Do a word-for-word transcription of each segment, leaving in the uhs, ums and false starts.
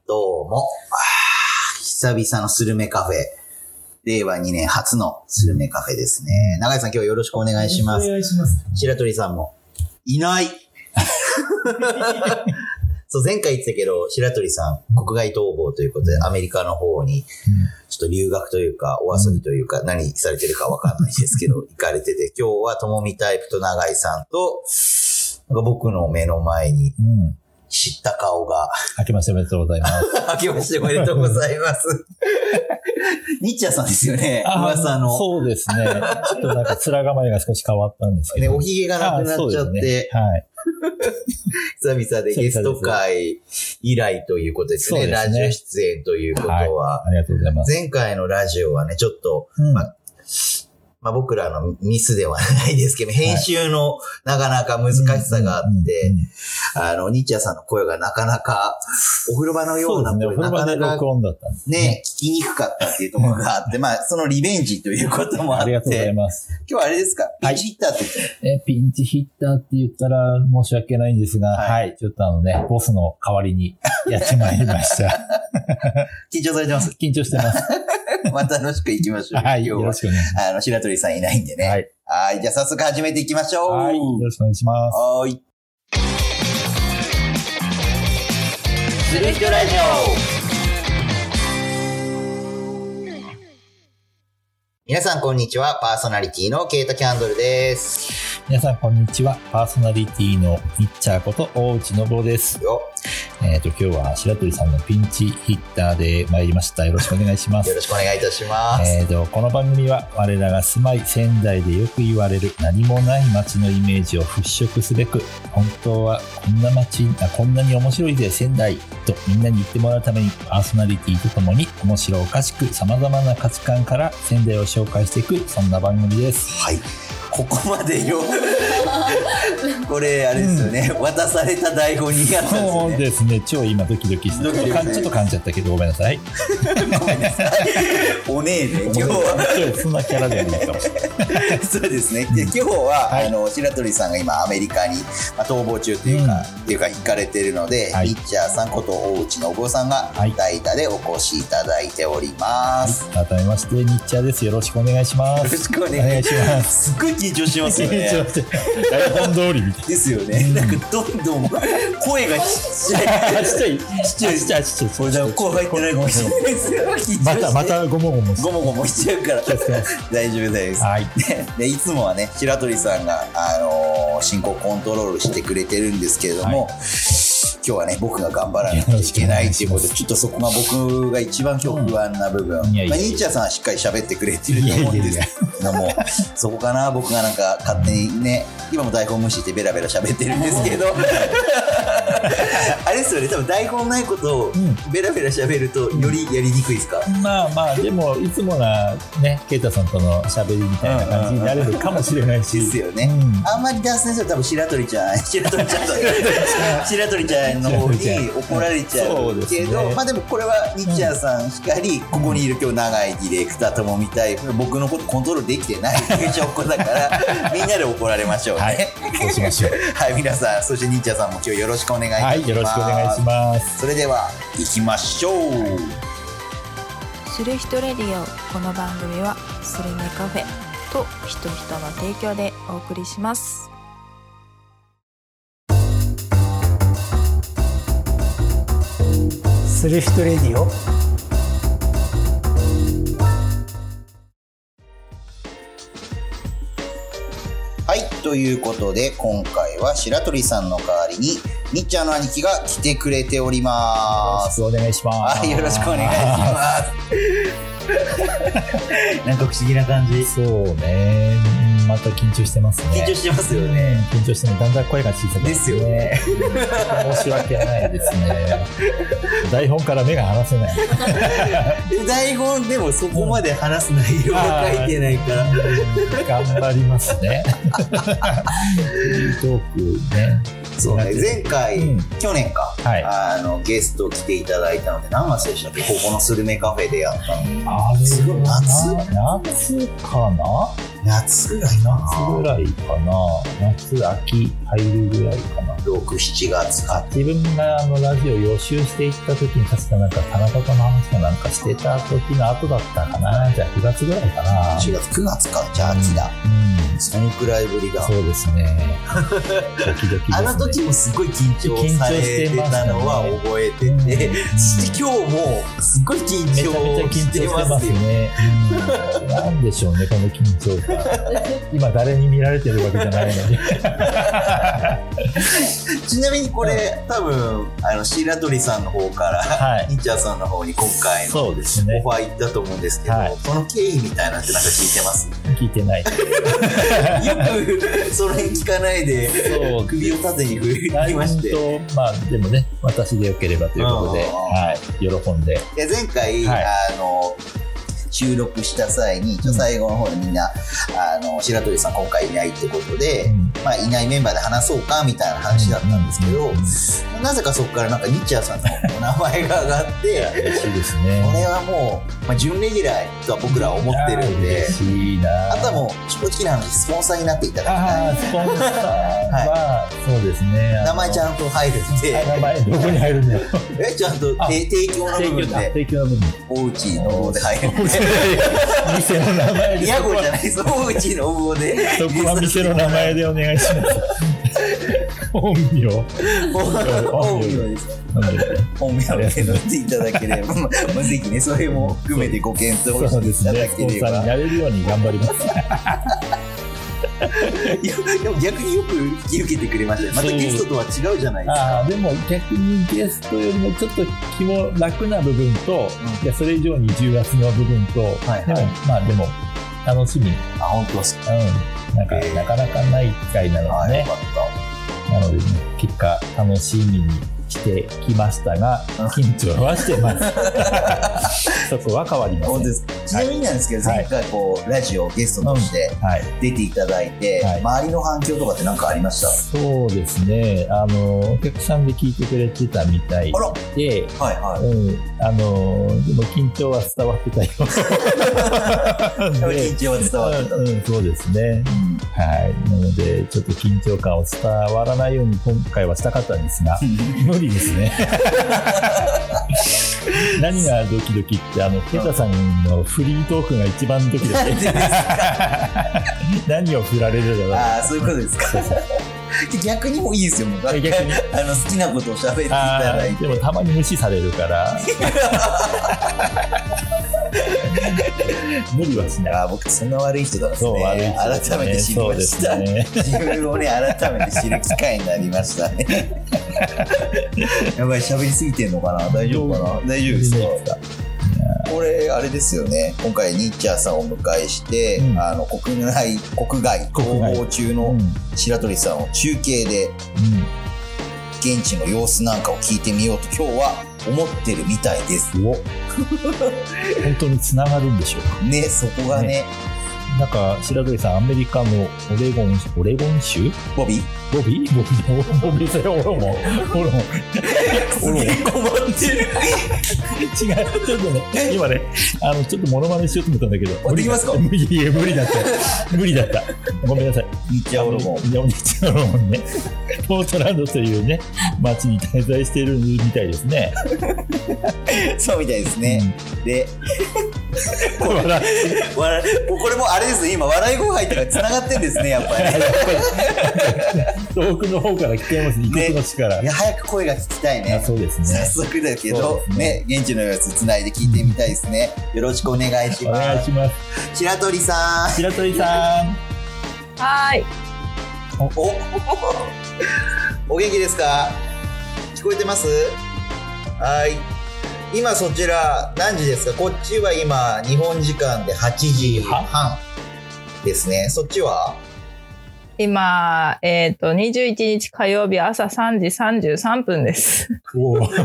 どうも。久々のスルメカフェ。れいわにねん初のスルメカフェですね。永井さん今日よろしくお願いします。 お願いします。 白鳥さんも。いない。そう、前回言ってたけど、白鳥さん、国外逃亡ということで、アメリカの方に、ちょっと留学というか、お遊びというか、何されてるかわかんないですけど、行かれてて、今日はともみタイプと永井さんと、なんか僕の目の前に、知った顔が。 明けましておめでとうございます。 明けましておめでとうございます。ニッチャさんですよね、噂の。 そうですね。ちょっとなんか面構えが少し変わったんですけど。 ね、おひげがなくなっちゃって。ね、はい。久々でゲスト会以来ということですね。すねラジオ出演ということは、 はい。ありがとうございます。 前回のラジオはね、ちょっと、うん、まあまあ、僕らのミスではないですけど、編集のなかなか難しさがあって、あの、ニッチャさんの声がなかなか、お風呂場のような声、なかなかね、聞きにくかったっていうところがあって、まあ、そのリベンジということもあって、 ありがとうございます。 今日はあれですか、ピンチヒッターって言って、 はい、え、ピンチヒッターって言ったら申し訳ないんですが、はい、はい、ちょっとあのね、ボスの代わりにやってまいりました。 緊張されてます？ 緊張してます。 また楽しく行きましょう。 はい、よろしくお願いします。 あの、白鳥さんいないんでね。はい。はい、じゃあ早速始めていきましょう。 はい、よろしくお願いします。 はい。する人ラジオ。皆さんこんにちは。パーソナリティのケイトキャンドルです。 皆さんこんにちは。パーソナリティのニッチャーこと大内信夫です。よ。えっと、今日は白鳥さんのピンチヒッターで参りました。よろしくお願いします。 よろしくお願いいたします。 えっと、この番組は我らが住まい仙台でよく言われる何もない街のイメージを払拭すべく、本当はこんな街、あ、こんなに面白いぜ仙台とみんなに言ってもらうためにパーソナリティとともに面白おかしく様々な価値観から仙台を紹介していく、そんな番組です。 はい。ここまでよこれあれですよね、うん、渡された台本にやったんですよね。 そうですね、超今ドキドキしてドキドキ、ね、ちょっと噛んじゃったけどごめんなさい。 ごめんなさい。おねえね今日はそんなキャラではないかもしれない。 そうですね。で今日は、はい、あの白鳥さんが今アメリカに、まあ、逃亡中というか、うん、っていうか行かれているので、はい、ニッチャーさんこと大内信夫さんが代打でお越しいただいております。 はい、改めましてニッチャーです。よろしくお願いします。 よろしくお願いします。すっごい緊張しますよね。 台本通りみたいですよね。なんかどんどん声がちっちゃい。ちっちゃい。ちっちゃい。ちっちゃい。ちっちゃい。それじゃ声入ってないかもしれないですよ。 またまたゴモゴモゴモゴモしちゃうから大丈夫です。はい。でいつもはね白鳥さんがあの進行コントロールしてくれてるんですけれども。今日はね僕が頑張らなきゃいけないっていうことでちょっとそこが僕が一番今日不安な部分、うん、まあ、ニッチャーさんはしっかり喋ってくれてると思うんですけどもそこかな僕がなんか勝手にね今も台本無視してベラベラ喋ってるんですけどあれですよね多分台本ないことをベラベラ喋るとよりやりにくいですか、 うん、まあまあでもいつもなねケイタさんとの喋りみたいな感じになれるかもしれないしですよね、うん、あんまり脱線すると多分白鳥ちゃん白鳥ちゃん白鳥ちゃんの方に怒られちゃうけど、ね、まあでもこれはニッチャーさんしかり、うん、ここにいる今日長いディレクターともみたい僕のことコントロールできてないっていう証拠だからみんなで怒られましょうね。はい、 そうしましょう。 はい、皆さんそしてニッチャーさんも今日よろしくお願いいたします。はい、 よろしくお願いします。 それでは行きましょう。 する人レディオ。この番組はスルメカフェとひとひとの提供でお送りします。 する人レディオ。 はいということで今回は白鳥さんの代わりにニッチャーの兄貴が来てくれております。 よろしくお願いします。 はい、よろしくお願いしますなんか不思議な感じ。 そうね、また緊張してますね。 緊張してますよね。 緊張してね、だんだん声が小さくなってですよね。 申し訳ないですね。台本から目が離せない。 台本でもそこまで話す内容が書いてないから。 頑張りますね。フリートークね。 そうね、前回、うん、去年か、 はい、 あのゲスト来ていただいたので何月でしたっけ、ここのスルメカフェでやったの。 あれ夏夏かな夏ぐらいな夏ぐらいかな夏秋入るぐらいかなろく、しちがつか。 自分があのラジオ予習していった時に確かなんか田中との話かなんかしてた時の後だったかな。じゃあくがつぐらいかな。 しがつ、くがつか。じゃあ秋だ。うん。そのくらいぶりだ。 そうですね。ドキドキですね。 あの時もすごい緊張されてたのは覚えてて、ね、そして今日もすごい緊張してますよね。 うん、なんでしょうね、この緊張感。今誰に見られてるわけじゃないのに。 ちなみにこれ、多分あの白鳥さんの方から、はい、ニッチャーさんの方に今回のオファー行ったと思うんですけど、はい、その経緯みたいなってなんか聞いてます？ 聞いてない。 よくその辺聞かないで首を縦に振りまして、 まあでもね、私でよければということで、はい、喜んで。 いや前回、はい、あの収録した際に最後の方でみんな、あの白鳥さん今回いないってことで、うん、まあ、いないメンバーで話そうかみたいな話だったんですけど、うん、なぜかそこからなんかニッチャーさんのお名前が上がって嬉しいですね。 これはもう、まあ、準レギュラーとは僕らは思ってるんで、 嬉しいな。 あとはもう正直な話スポンサーになっていただきたい。 あスポンサーは、はい、そうですね。 名前ちゃんと入るんで。 名前どこに入るんだよ。 えちゃんと提供の部分で提供の部分おうちの方で入るんで。 店の名前で。 屋号じゃないです。おうちの方で。 そこは店の名前でお願いします。本名。 本名です。本名で乗っていただければ、まあ、ぜひね、それも含めてご検討していただければ。 スポンサーになれるように頑張ります。 いやでも逆によく引き受けてくれましたね。またゲストとは違うじゃないですか。 あでも逆にゲストよりもちょっと気も楽な部分と、うん、いやそれ以上に重圧の部分と、はいはい、でもまあでも楽しみに。 あ本当ですか。 うん。なんか、えー、なかなかない機会なのでね。なので、ね、結果楽しみにしてきましたが、緊張はしてます。そこは変わりません。 本当ですか。ちなみになんですけど、はい、前回こうラジオゲストとして出ていただいて、はい、周りの反響とかって何かありました？ そうですね。あのお客さんで聞いてくれてたみたいで、はいはい。うん、あのでも緊張は伝わってたよ。 緊張は伝わってた。 うん、うん、そうですね。うん、はい。なのでちょっと緊張感を伝わらないように今回はしたかったんですが、無理ですね。何がドキドキってあのケタさんのフリートークが一番ドキドキ。何を振られるだろう。 ああそういうことですか。逆にもいいですよ。もう逆にあの好きなことを喋っていただいて。 でもたまに無視されるから。無理はしない。 あ僕そんな悪い人だったんですね。 悪い人ですね。 改めて知りました。ね、自分をね改めて知る機会になりましたね。やばい喋りすぎてんのかな。大丈夫かな。大丈夫ですか。これあれですよね。今回ニッチャーさんをお迎えして、うん、あの国内国外逃亡中の白鳥さんを中継で、うん、現地の様子なんかを聞いてみようと今日は思ってるみたいです。 お本当に繋がるんでしょうかね。そこがね。ねなんか白鳥さんアメリカのオレゴンオレゴン州ボビーボビーボビーボビーそれオロモオロモオロモ困ってる。 違うちょっとね今ねあのちょっとモノマネしようと思ったんだけどできますか。 無理いや無理だった無理だったごめんなさい。 ニッチャーオロモンニッチャーオロモンねポートランドというね町に滞在しているみたいですね。 そうみたいですね、うん、でこれ笑これもあれですね。今笑い声入ったから繋がってるんですね。やっぱり遠くの方から聞こえます。異国の力、ね、 いや早く声が聞きたいね。 そうですね。 早速だけど ね, ね現地の様子繋いで聞いてみたいですね。よろしくお願いします。 お願いします。 白鳥さん白鳥さんはい。 おおお元気ですか。聞こえてます。はい。今そちら何時ですか。こっちは今日本時間ではちじはんですね。そっちは今、えっと、にじゅういちにち火曜日朝さんじさんじゅうさんぷんです。 おめ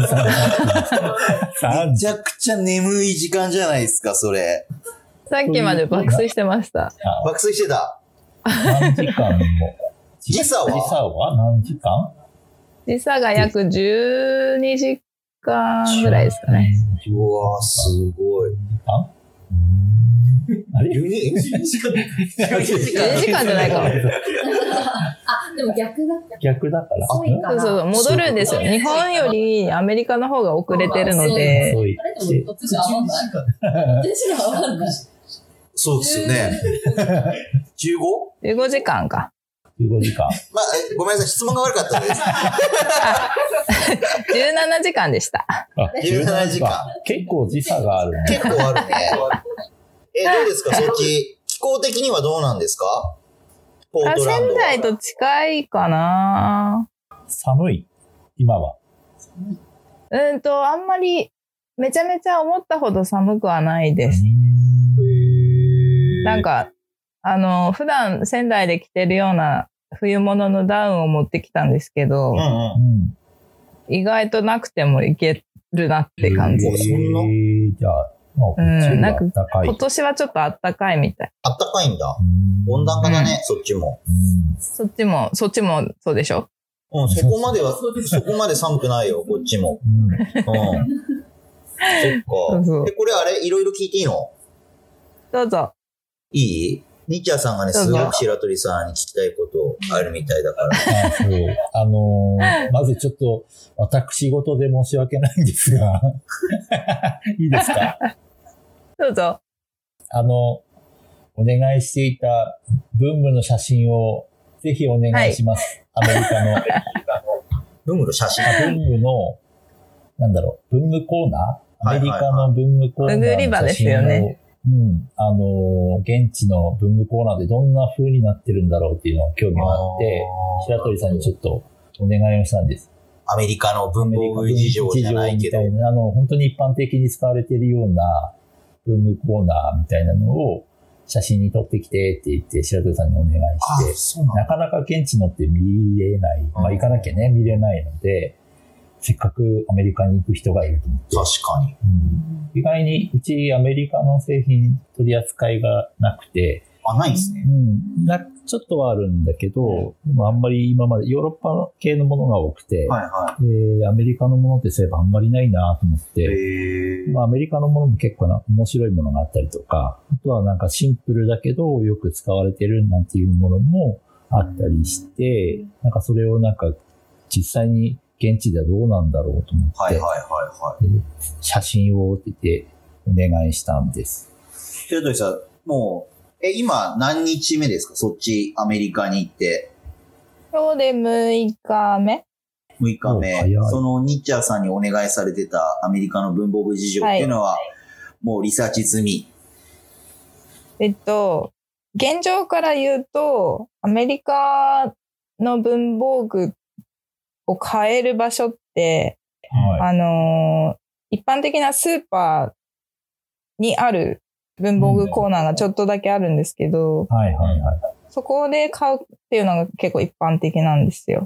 ちゃくちゃ眠い時間じゃないですか、それ。 さっきまで爆睡してました。 爆睡してた。 何時間も。 時差は時差は何時間時差が約じゅうにじかんぐらいですかね。 うわー、すごい。 あれじゅうにじかんじゅうにじかんじゅうにじかんじゃないか。 あ、でも逆だった。 逆だから。 遅いかそうそう、戻るんですよ。日本よりアメリカの方が遅れてるので。 遅い。 あれでも、私は合わない。私は合わない。 そうですよね。じゅうご? じゅうごじかんか。 じゅうごじかん。 まあ、えごめんなさい、質問が悪かったです。 じゅうななじかんでした。 あ、 じゅうななじかん。 結構時差があるね。 結構あるね。え、どうですか、そっち。気候的にはどうなんですか？ポーあ、 トランドは。 仙台と近いかな。 寒い今は。 うんと、あんまり、めちゃめちゃ思ったほど寒くはないです。なんか、あの、普段仙台で着てるような冬物のダウンを持ってきたんですけど、 うんうん、 意外となくてもいけるなって感じ。 えー、そんなじゃあ、 うん、なんか今年はちょっとあったかいみたい。 あったかいんだ。温暖化だね、うん、そっちも、 うん。そっちも、そっちもそうでしょ？ うん、そこまでは、そこまで寒くないよ、こっちも。うん。うん、そっか。 そうそう。 え、これあれ、いろいろ聞いていいの？ どうぞ。 いい？ニッチャーさんがね、すごく白鳥さんに聞きたいことあるみたいだから。 あ、そう。あのー、まずちょっと、私事で申し訳ないんですが、いいですか？ どうぞ。 あの、お願いしていた文具の写真をぜひお願いします。はい、アメリカの。 文具の写真？ 文具の、なんだろう、文具コーナー？アメリカの文具コーナーの写真を、 文具売り場ですよね。 うん。あの、現地の文具コーナーでどんな風になってるんだろうっていうのが興味があって、白鳥さんにちょっとお願いをしたんです。 アメリカの文房具事情じゃないけど。 みたいな、あの、本当に一般的に使われているような文具コーナーみたいなのを写真に撮ってきてって言って白鳥さんにお願いして、なかなか現地のって見れない、まあ行かなきゃね、見れないので、せっかくアメリカに行く人がいると思って。 確かに。 うん、意外にうちアメリカの製品取り扱いがなくて。 あ、ないですね。 うん。な、ちょっとはあるんだけど、でもあんまり今までヨーロッパ系のものが多くて、 はいはい。 で、アメリカのものってそういえばあんまりないなと思って、まあアメリカのものも結構な面白いものがあったりとか、あとはなんかシンプルだけどよく使われてるなんていうものもあったりして、なんかそれをなんか実際に現地ではどうなんだろうと思って、 はいはいはいはい。 写真をって言ってお願いしたんです。 白鳥さん、もう、え、今何日目ですか？そっちアメリカに行って。 今日でむいかめ？ むいかめ。そのニッチャーさんにお願いされてたアメリカの文房具事情っていうのは、はい、もうリサーチ済み？ えっと、現状から言うと、アメリカの文房具を買える場所って、はい、あのー、一般的なスーパーにある文房具コーナーがちょっとだけあるんですけど、 うん、はいはいはい、 そこで買うっていうのが結構一般的なんですよ。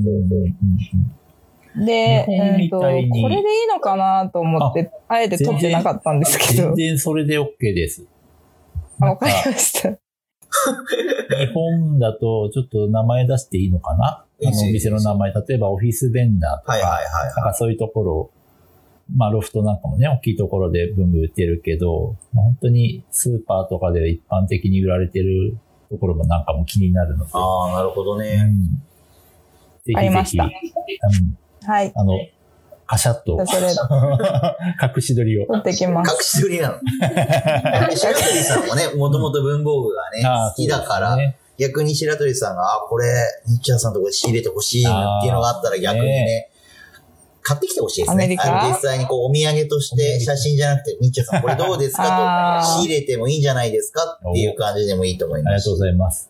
うん、で、えーと、これでいいのかなと思って、あえて撮ってなかったんですけど。 全然それで OK です。 わかりました。 日本だとちょっと名前出していいのかな？あのお店の名前、例えばオフィスベンダーとか、はいはいはいはい、なんかそういうところ、まあロフトなんかもね、大きいところで文具売ってるけど、本当にスーパーとかで一般的に売られてるところもなんかも気になるので。 ああ、なるほどね。 うん、ぜひぜひ。 ありました。うん、はい。 あの、カシャッと隠し撮りを。 撮ってきます。 隠し撮りなの。白鳥さんもね、もともと文房具がね、好きだから、ね、逆に白鳥さんが、あ、これ、ニッチャーさんのところで仕入れてほしいなっていうのがあったら逆にね、ね買ってきてほしいですね。あの実際にこうお土産として写真じゃなくて、ニッチャーさんこれどうですかと、仕入れてもいいんじゃないですかっていう感じでもいいと思います。 ありがとうございます。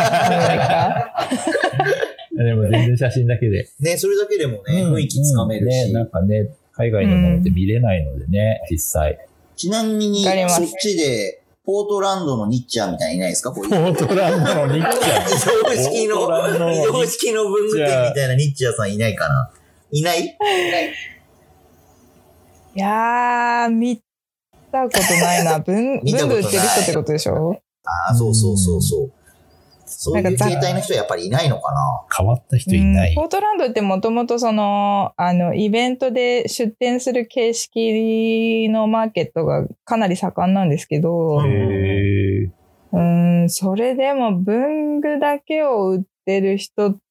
でも全然写真だけで。 ね、それだけでもね、うん、雰囲気つかめるし、 ね。なんかね、海外のものって見れないのでね、うん、実際。 ちなみに、そっちで、ポートランドのニッチャーみたいなのいないですか？ ポートランドのニッチャー。 移動式の、移動式の文具店みたいなニッチャーさんいないかな？いない？いやー、見たことないな。文、文具売ってる人ってことでしょ？ ああ、そうそうそうそう。 そういう形態の人はやっぱりいないのかな。 変わった人いない。 うん、ポートランドってもともとその、あの、イベントで出店する形式のマーケットがかなり盛んなんですけど、 へー。 うん、それでも文具だけを売ってる人って、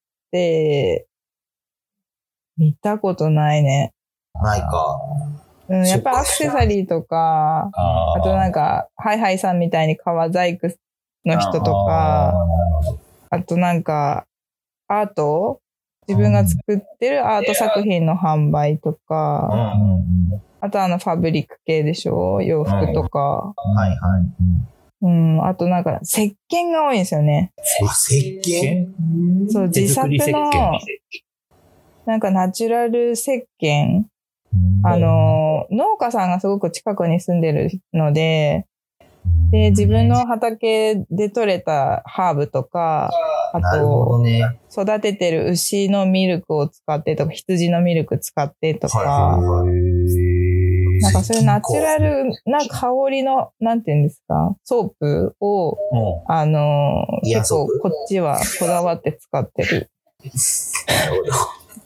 見たことないね。 ないか。 うん、やっぱアクセサリーとか、あ, あとなんか、ハイハイさんみたいに革細工の人とか、あ, あとなんか、アート自分が作ってるアート作品の販売とか、うん、あとあのファブリック系でしょ、洋服とか。 うん、はいはい。 うん、あとなんか、石鹸が多いんですよね。 石鹸？ そう、自作の、なんかナチュラル石鹸。あの、農家さんがすごく近くに住んでるので、で、自分の畑で採れたハーブとか、あと、ね、育ててる牛のミルクを使ってとか、羊のミルク使ってとか、なんかそういうナチュラルな香りの、なんていうんですか、ソープを、あの、結構こっちはこだわって使ってる。 なるほど。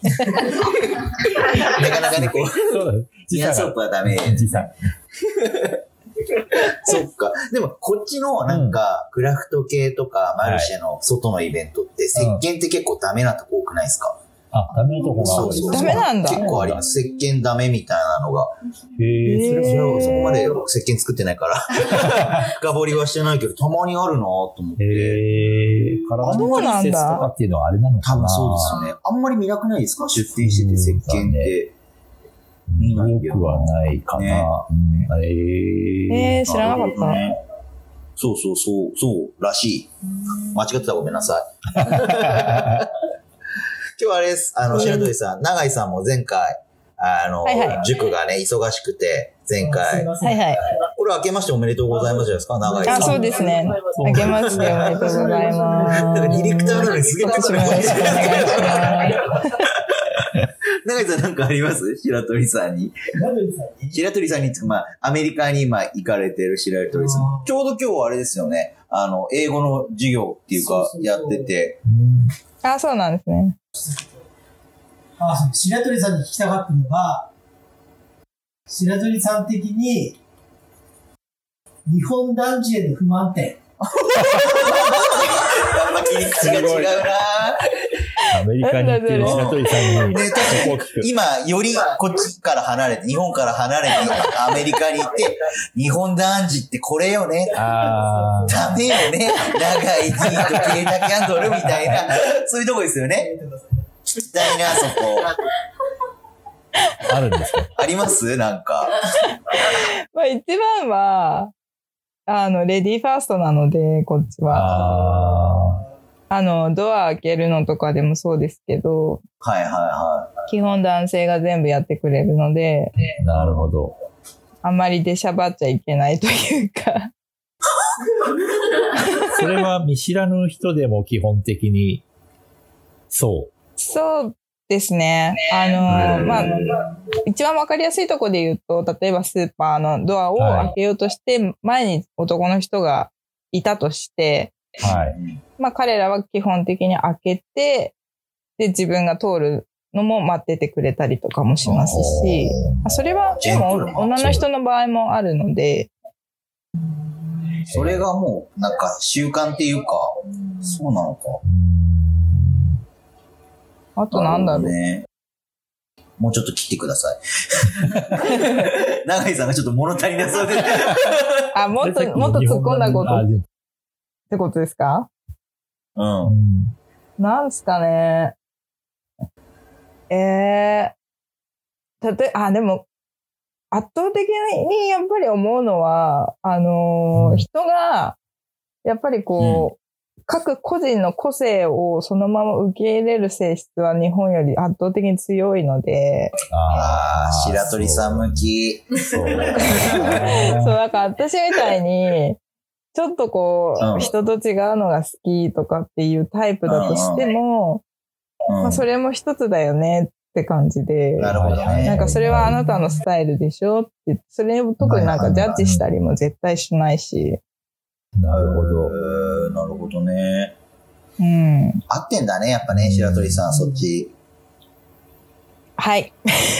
なかなかね、こう、イヤーソープはダメ。 時差。 そっか。でも、こっちのなんか、クラフト系とか、マルシェの外のイベントって、石鹸って結構ダメなとこ多くないですか？ あ、ダメなとこが多い。 そうそうそう。ダメなんだ。 結構あります。石鹸ダメみたいなのが。 へぇー。 それはそこまで石鹸作ってないから、深掘りはしてないけど、たまにあるなと思って。 へぇー。体の施設とかっていうのはあれなのかな？ 多分そうですよね。あんまり見なくないですか？出店してて石鹸って。 見なくはないかな。ね、 うん、えー、えー、知らなかった。ね、 そうそうそう、そうらしい。間違ってたらごめんなさい。今日はあれです。あの、白鳥さん、永井さんも前回、あの、はいはい、塾がね、忙しくて、前回。 はいはい。 これ明けましておめでとうございますですか、永井さん。 あ、そうですね。明けましておめでとうございます。 なんかディレクターなのにすげえことよろしくお願いします。 永井さんなんかあります？白鳥さんに。白鳥さんに、まあ、アメリカに今行かれてる白鳥さん。ちょうど今日はあれですよね。あの、英語の授業っていうか、やってて。 あ、そうなんですね。 あ、そう、白鳥さんに聞きたかったのが、白鳥さん的に、日本男児への不満点。 切り口が違うなアメリカに行ってる白鳥さんに、ね、 今、よりこっちから離れて、日本から離れて、アメリカに行って、日本男児ってこれよね。 あダメよね。長い T と消えたキャンドルみたいな、そういうとこですよね。聞きたいな、そこ。 あるんですか？ ありますなんか。 まあ一番は、あの、レディーファーストなので、こっちは。ああの、ドア開けるのとかでもそうですけど、 はいはいはい。 基本男性が全部やってくれるので、 なるほど。 あんまり出しゃばっちゃいけないというか。 それは見知らぬ人でも基本的に、そう。 そうですね。あの、まあ、一番わかりやすいところで言うと、例えばスーパーのドアを開けようとして、前に男の人がいたとして、 はい。 まあ彼らは基本的に開けて、で自分が通るのも待っててくれたりとかもしますし、それはでも女の人の場合もあるので。 それがもうなんか習慣っていうか、そうなのか。 あとなんだろうね。 もうちょっと切ってください。永井さんがちょっと物足りなそうで。 あ、もっと、もっと突っ込んだこと。ってことですか？ うん。 なんすかね。ええー、たとえ、あ、でも、圧倒的にやっぱり思うのは、あのーうん、人が、やっぱりこう、うん、各個人の個性をそのまま受け入れる性質は日本より圧倒的に強いので。 ああ、白鳥さん向き。そう。そう、 だから私みたいに、ちょっとこう、うん、人と違うのが好きとかっていうタイプだとしても、うんまあ、それも一つだよねって感じで、 なるほどね。 なんかそれはあなたのスタイルでしょって、それを特になんかジャッジしたりも絶対しないし。 なるほど。 なるほどね。 うん。 合ってんだね、やっぱね、白鳥さん、そっち。 はい。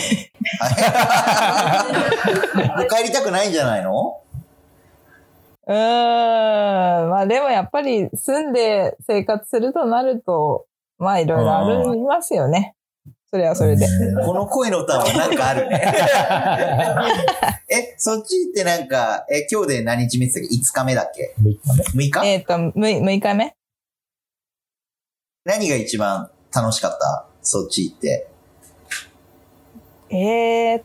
帰りたくないんじゃないの？ うーん。まあでもやっぱり住んで生活するとなると、まあいろいろありますよね。それはそれで。 この声の歌はなんかあるね。え、そっちってなんか、え、今日で何日目って言ったっけ？ いつ 日目だっけ？ むいかめむいか？ えっと、むいかめ？ 何が一番楽しかった？そっち行って。 えーっ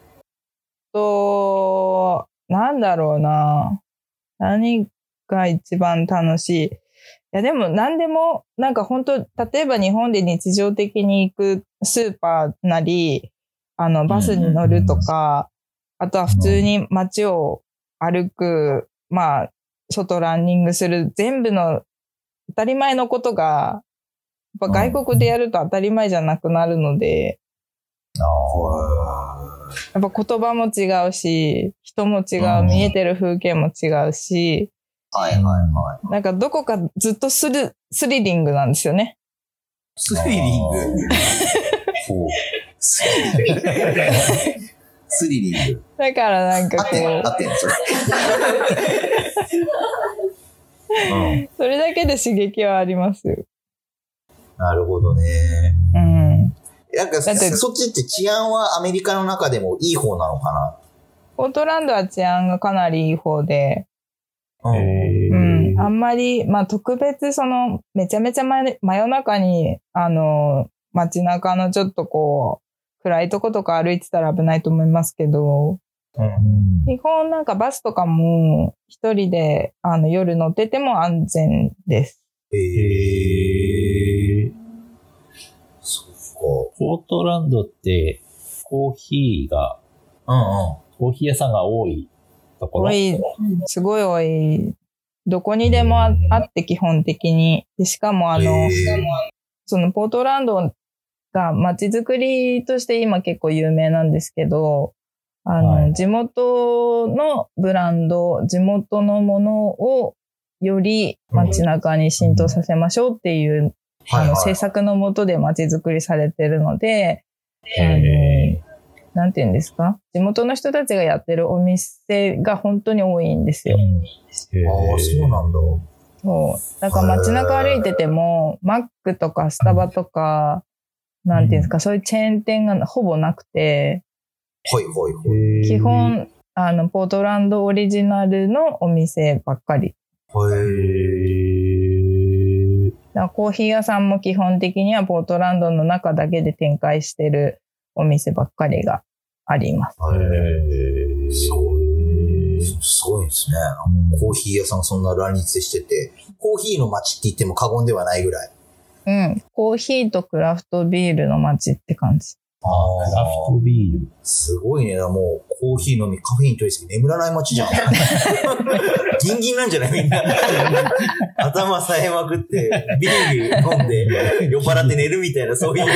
と、なんだろうな。何が一番楽しい？いやでも何でも、なんか本当、例えば日本で日常的に行くスーパーなり、あの、バスに乗るとか、あとは普通に街を歩く、まあ、外ランニングする、全部の当たり前のことが、やっぱ外国でやると当たり前じゃなくなるので、やっぱ言葉も違うし、人も違う、見えてる風景も違うし、 はいはいはい。 なんかどこかずっとスリ、スリリングなんですよね。 スリリング。ほう。スリリング。スリリング。 だからなんかこう。 合ってんのそれ。 うん、それだけで刺激はありますよ。 なるほどね。 うん。 なんかそっちって治安はアメリカの中でもいい方なのかな？ ポートランドは治安がかなりいい方で、 うんうん、あんまり、まあ特別その、めちゃめちゃ真夜中に、あの、街中のちょっとこう、暗いとことか歩いてたら危ないと思いますけど、うん、基本なんかバスとかも一人であの夜乗ってても安全です。 へー。そっか。 ポートランドってコーヒーが、 うんうん、 コーヒー屋さんが多いところ？ 多い。すごい多い。どこにでもあって基本的に。でしかもあの、そのポートランドが街づくりとして今結構有名なんですけど、あの、はい、地元のブランド、地元のものをより街中に浸透させましょうっていう、うん、あの、政策のもとで街づくりされてるので、あの、なんていうんですか？地元の人たちがやってるお店が本当に多いんですよ。 ああ、そうなんだ。 そう。だから街中歩いてても、マックとかスタバとか、なんていうんですか、そういうチェーン店がほぼなくて、 はいはいはい。 基本、あの、ポートランドオリジナルのお店ばっかり。へー。 だからコーヒー屋さんも基本的にはポートランドの中だけで展開してるお店ばっかりがあります。 へー。すごい。すごいですね。コーヒー屋さんそんな乱立してて、コーヒーの街って言っても過言ではないぐらい。 うん。コーヒーとクラフトビールの街って感じ。 ああ、クラフトビール。 すごいね。もう、コーヒー飲み、カフェイン取りすぎ眠らない街じゃん。ギンギンなんじゃないみんな。頭さえまくって、ビール飲んで、酔っ払って寝るみたいな、そういう。今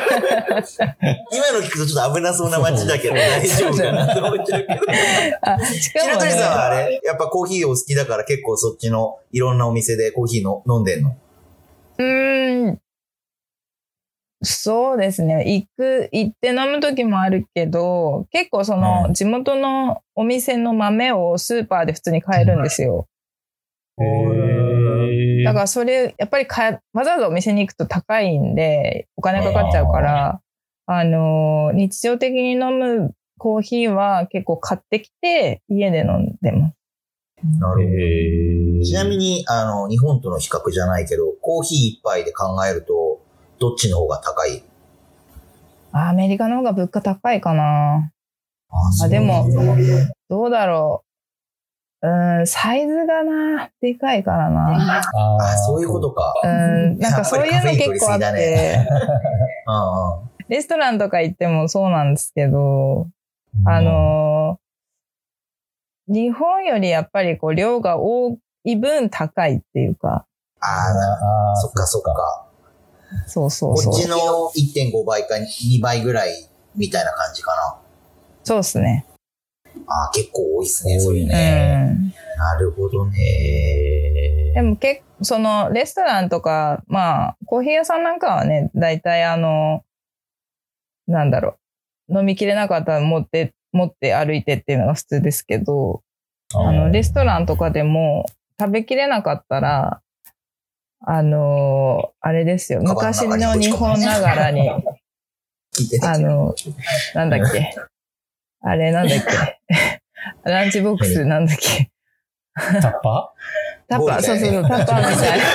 の聞くとちょっと危なそうな街だけど、大丈夫かなと思っちゃうけど。あ、しかもね。白鳥さんはあれ、やっぱコーヒーお好きだから結構そっちのいろんなお店でコーヒーの飲んでんの？ うーん。そうですね。行く、行って飲む時もあるけど、結構その地元のお店の豆をスーパーで普通に買えるんですよ。 へー。 だからそれ、やっぱり買え、わざわざお店に行くと高いんで、お金かかっちゃうから、あの、日常的に飲むコーヒーは結構買ってきて、家で飲んでます。 なるほど。ちなみに、あの、日本との比較じゃないけど、コーヒー一杯で考えると、どっちの方が高い？ アメリカの方が物価高いかな。あ、あでも、どうだろう。うん、サイズがな、でかいからな。 ああ、そういうことか。 うん、なんかそういうの結構あって、ね、レストランとか行ってもそうなんですけど、あの、日本よりやっぱりこう量が多い分高いっていうか。 ああ、そっかそっか。 そうそうそう。 こっちの いってんご 倍かにばいぐらいみたいな感じかな。 そうですね。 ああ、結構多いですね、それね。うん、なるほどね。 でも結構、その、レストランとか、まあ、コーヒー屋さんなんかはね、だいたいあの、なんだろう、飲みきれなかったら持って、持って歩いてっていうのが普通ですけど、あの、レストランとかでも食べきれなかったら、あの、あれですよ、昔の日本ながらに、あの、なんだっけ、あれなんだっけ、ランチボックスなんだっけ。 タッパータッパー、そうそうそう、タッパーみたいな。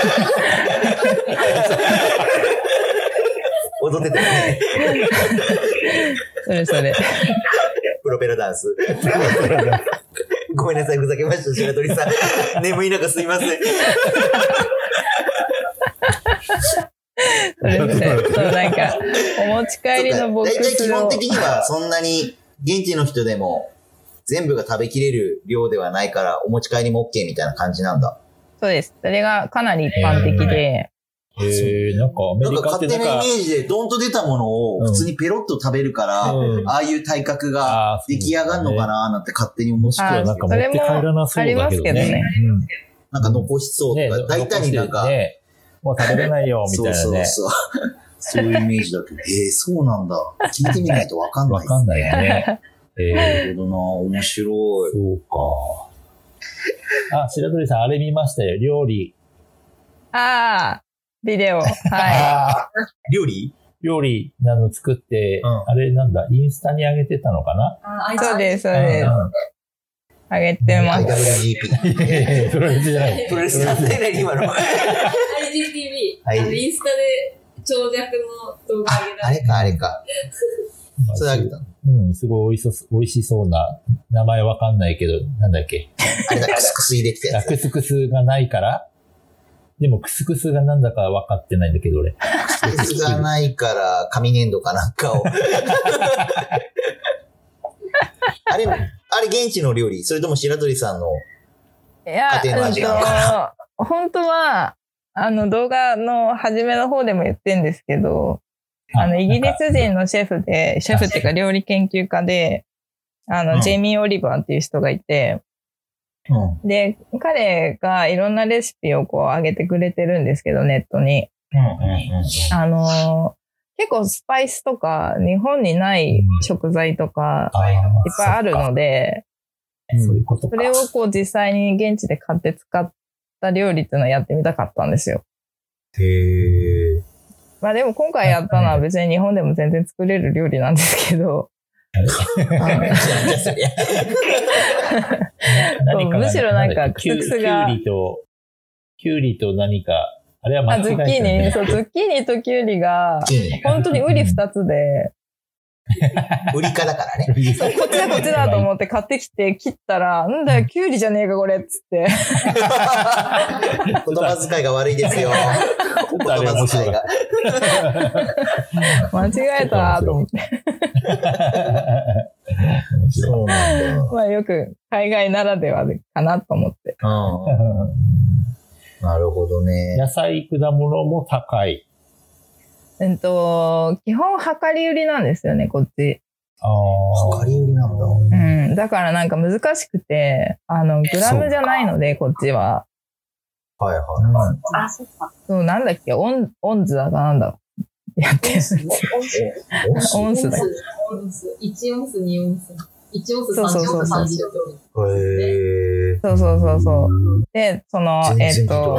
踊ってたよね。 それそれ。 プロペラダンス。ごめんなさい、ふざけました、白鳥さん。眠い中すいません。 それそれ。そう、なんか、お持ち帰りのボックスを。 だいたい基本的にはそんなに現地の人でも全部が食べきれる量ではないからお持ち帰りも OK みたいな感じなんだ。 そうです。それがかなり一般的で。 へえ、なんかアメリカってなんか勝手なイメージでドンと出たものを普通にペロッと食べるから、うん、ああいう体格が出来上がるのかななんて勝手に思ってた。 もしくはなんか持って帰らなそうだけどね。 ありますけどね。 うん、 なんか残しそうとか、大体になんか、 ね、もう食べれないよみたいなね。 そうそうそう。そういうイメージだけど、えー、そうなんだ。聞いてみないとわかんないですね。 わかんないよね。 えー、なるほどな、面白い。 そうか。あ、白鳥さん、あれ見ましたよ。料理。 ああ、ビデオ。はい。料理料理なの作って、うん、あれなんだ、インスタに上げてたのかな？ あ、そうです、そうです。上げてます。 アイダブリュージーピー。 プロレスじゃない。 プロレスなんだよね、今の。 アイジーティービー。あの、インスタで長尺の動画上げた。 あれか、あれか。それあげたの？ うん、すごい美味しそう、美味しそうな、名前わかんないけど、なんだっけ。 あれだ、クスクス入れてたやつ。 クスクスがないからでもクスクスがなんだか分かってないんだけど、俺。クスクスがないから、紙粘土かなんかを。あれ、あれ現地の料理？それとも白鳥さんの家庭の味なのかな？ いや、本当は、あの動画の初めの方でも言ってんですけど、あの、イギリス人のシェフで、シェフっていうか料理研究家で、あの、うん、ジェイミー・オリバーっていう人がいて、うん、で、彼がいろんなレシピをこう上げてくれてるんですけど、ネットに。うんうんうん、あの、結構スパイスとか、日本にない食材とか、いっぱいあるので、 うん、そういうことか。 それをこう実際に現地で買って使った料理っていうのをやってみたかったんですよ。 へー。 まあでも今回やったのは別に日本でも全然作れる料理なんですけど。むしろなんかクスクスが。 キュウリと、キュウリと何か、あれは間違えた、ね。 ズッキーニ、そう、ズッキーニとキュウリが、本当にウリ二つで。 ウリ科だからね。 そう、こっちだこっちだと思って買ってきて切ったら、なんだよ、キュウリじゃねえかこれっつって。 言葉遣いが悪いですよ。言葉遣いが。 間違えたと思って。 そうなんだ。 まあよく海外ならではかなと思って。 うん、なるほどね。 野菜、果物も高い。 えっと、基本量り売りなんですよね、こっち。 ああ。 量り売りなんだ。 うん。だからなんか難しくて、あの、グラムじゃないので、こっちは。 はいはい。 あ、そっか。 そう、なんだっけ、オン、オンズだかなんだ。やってるんですよ。オンスだ。 オンス。いちオンス、にオンス。いちオンス、さんオンス、さんリットル。 へー。 そうそうそうそう。で、その、えっと、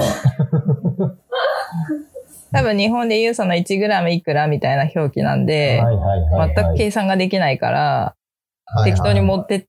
多分日本でいうそのいちグラムいくらみたいな表記なんで、はいはいはいはい、全く計算ができないから、はいはいはい、適当に持ってって、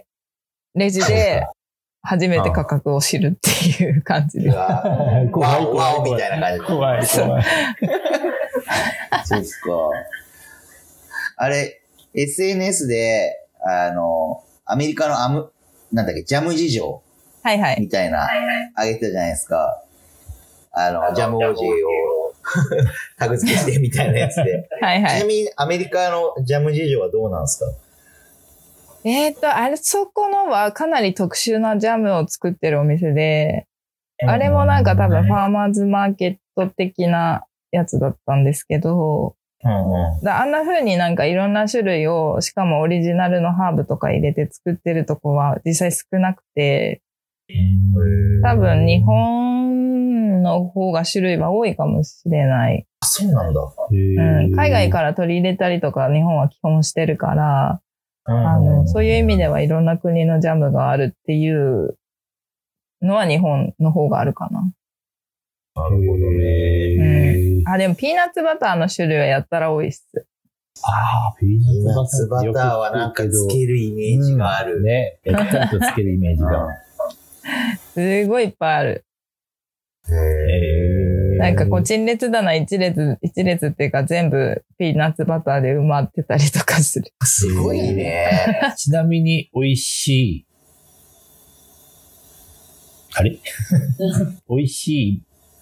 レジで初めて価格を知るっていう感じで。 怖い怖い怖いみたいな感じ。 怖い怖い。 そうですか。あれ、エスエヌエス で、あの、アメリカのアム、なんだっけ、ジャム事情はいはい。 みたいな、あげてたじゃないですか。あの、ジャム王子をタグ付けしてみたいなやつで。 はいはい。 ちなみにアメリカのジャム事情はどうなんですか？ えっと、あれ、そこのはかなり特殊なジャムを作ってるお店で、あれもなんか多分ファーマーズマーケット的なやつだったんですけど、うんうん、だあんな風になんかいろんな種類を、しかもオリジナルのハーブとか入れて作ってるとこは実際少なくて、多分日本の方が種類は多いかもしれない。 そうなんだ。 うん、海外から取り入れたりとか日本は基本してるから、あの、そういう意味ではいろんな国のジャムがあるっていうのは日本の方があるかな。 なるほどね。 うん。あ、でもピーナッツバターの種類はやったら多いっす。 ああ、ピーナッツバターはなんかつけるイメージがある。 うん、ね。べったりとつけるイメージが。 すごいいっぱいある。 へー。 なんかこう陳列棚一列、一列っていうか全部ピーナッツバターで埋まってたりとかする。 すごいね。 ちなみに美味しい。あれ美味しい。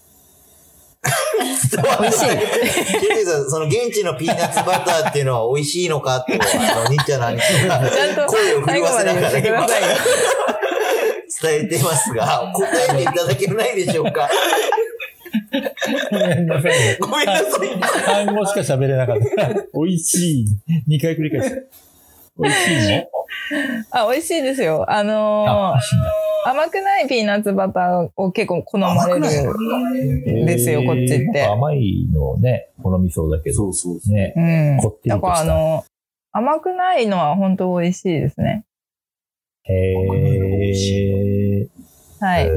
美味しい。その現地のピーナッツバターっていうのは美味しいのかってあのニッチャな兄貴が声を震わせながら今伝えてますが、答えていただけないでしょうか。 ごめんなさい。 ごめんなさい。 単語しか喋れなかった。美味しい。にかい繰り返した。美味しいの？ あ、美味しいですよ。あのー、あ甘くないピーナッツバターを結構好まれるんですよ、こっちって。 甘いのをね、好みそうだけど。 そうそうそう。 ね。 うん。 こってりとした。 だからあの、甘くないのは本当美味しいですね。 へー。 はい。 なる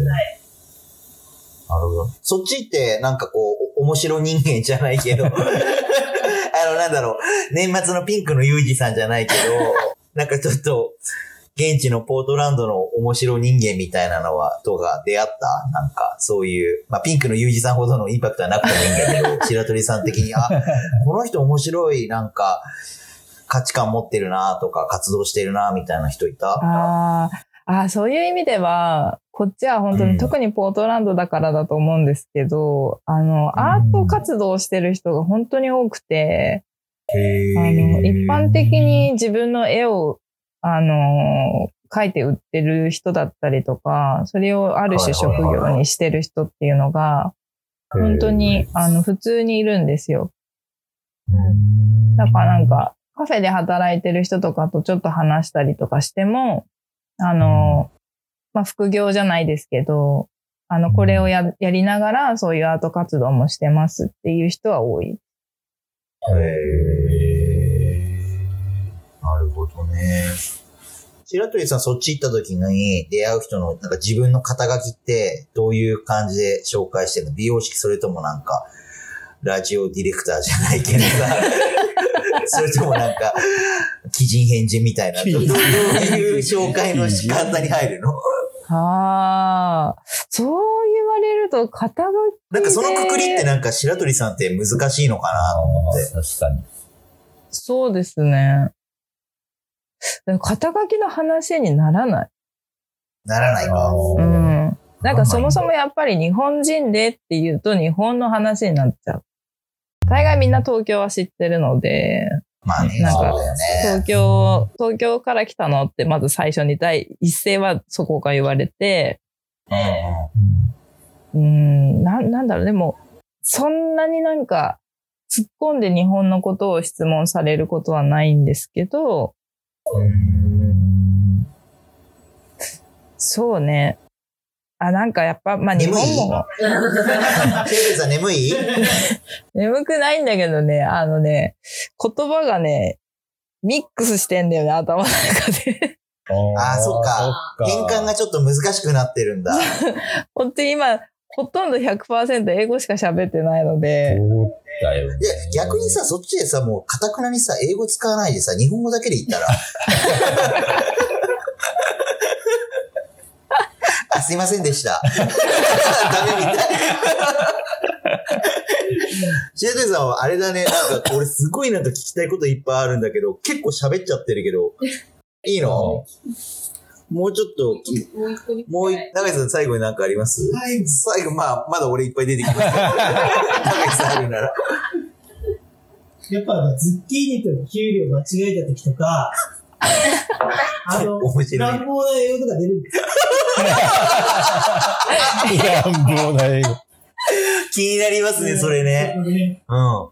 ほど。そっちってなんかこう、面白人間じゃないけど、あのなんだろう、年末のピンクのユージさんじゃないけど、なんかちょっと、現地のポートランドの面白人間みたいなのは、とか出会ったなんか、そういう、まあ、ピンクのユージさんほどのインパクトはなくてもいいんだけど、白鳥さん的に、あ、この人面白い、なんか、価値観持ってるなとか、活動してるなみたいな人いた？ ああ、そういう意味では、こっちは本当に、うん、特にポートランドだからだと思うんですけど、あの、アート活動してる人が本当に多くて、あの、一般的に自分の絵をあの、描いて売ってる人だったりとか、それをある種職業にしてる人っていうのが、本当に、あの、普通にいるんですよ。だからなんか、カフェで働いてる人とかとちょっと話したりとかしても、あの、まあ、副業じゃないですけど、あの、これをや、やりながら、そういうアート活動もしてますっていう人は多い。 へー。なるほどね。白鳥さんそっち行った時に出会う人のなんか自分の肩書きってどういう感じで紹介してるの？美容師それともなんかラジオディレクターじゃないけどさそれともなんか奇人変人みたいなどういう紹介の仕方に入るの？ ああ、そう言われると肩書きなんかそのくくりってなんか白鳥さんって難しいのかなと思って。 確かに。 そうですね。肩書きの話にならない。 ならないか。 うん。なんかそもそもやっぱり日本人でっていうと日本の話になっちゃう。大概みんな東京は知ってるので、 まあね、 なんかそうだよね。 東京、東京から来たのってまず最初に第一声はそこが言われて、うん、うん、な、なんだろう、でも、そんなになんか突っ込んで日本のことを質問されることはないんですけど、うーんそうね。あ、なんかやっぱ、まあ日本も。 ケイベさん眠い？ 眠くないんだけどね、あのね、言葉がね、ミックスしてんだよね、頭の中で。 ああ、そっか。変換がちょっと難しくなってるんだ。 本当に今、ほとんど ひゃくパーセント 英語しか喋ってないので。 だよね。 いや、逆にさ、そっちでさ、もう、かたくなにさ、英語使わないでさ、日本語だけで言ったら。あ、すいませんでした。ダメみたい。白鳥さんはあれだね、なんか、俺すごいなんか聞きたいこといっぱいあるんだけど、結構喋っちゃってるけど、いいの？もうちょっと、もう、長井さん最後に何かあります？ はい。 最後、まあ、まだ俺いっぱい出てきます。長井さんあるなら。 やっぱ、ズッキーニとキュウリを間違えた時とか、あの、乱暴な英語とか出るんですよ。 乱暴な英語。 気になりますね、それね。うん。 乱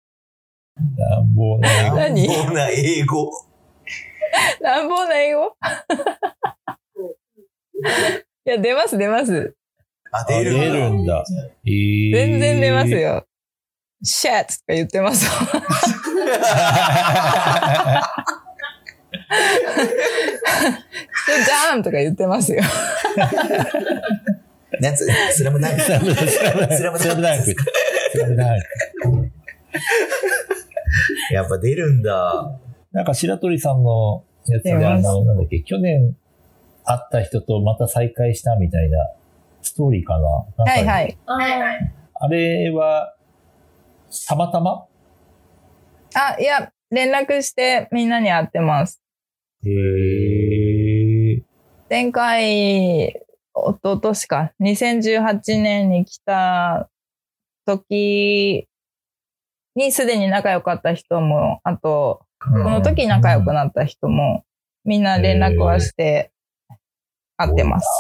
暴な英語。 何？ 乱暴な英語。 乱暴な英語いや、出ます、出ます。 あ、出るんだ。 出るんだ。えー、 全然出ますよ。シャッとか言ってます。ジャーンとか言ってますよ。 なんつうスラムダンク。スラムダンク。スラムダンク。スラムダンク。やっぱ出るんだ。 なんか白鳥さんのやつで、あの、なんだっけ、去年会った人とまた再会したみたいなストーリーかな。 はいはい。 あれは、たまたま？ あ、いや、連絡してみんなに会ってます。 へー。 前回、おととしか、にせんじゅうはちねんに来た時にすでに仲良かった人も、あと、この時仲良くなった人も、みんな連絡はして会ってます。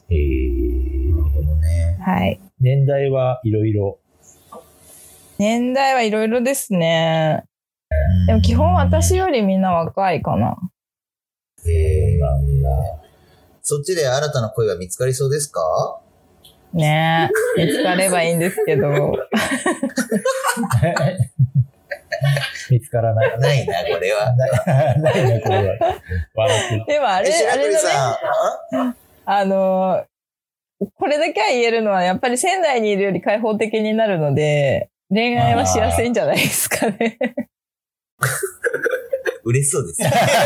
へー。なるほどね。 はい。 年代はいろいろ。 年代はいろいろですね。でも基本私よりみんな若いかな。 へー。なんだ。そっちで新たな恋が見つかりそうですか？ ねえ、見つかればいいんですけど。 見つからない。 ないな、これは。 ないな、これは。笑ってる。 でもあれ、あれだね。あの、これだけは言えるのは、やっぱり仙台にいるより開放的になるので、恋愛はしやすいんじゃないですかね。 嬉しそうです。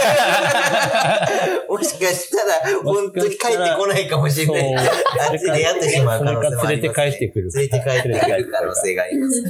もしかしたら、本当に帰ってこないかもしれない。あっちで出会ってしまう可能性もあります、ね。 連れて帰ってくる。 連れて帰ってくる可能性がありますね。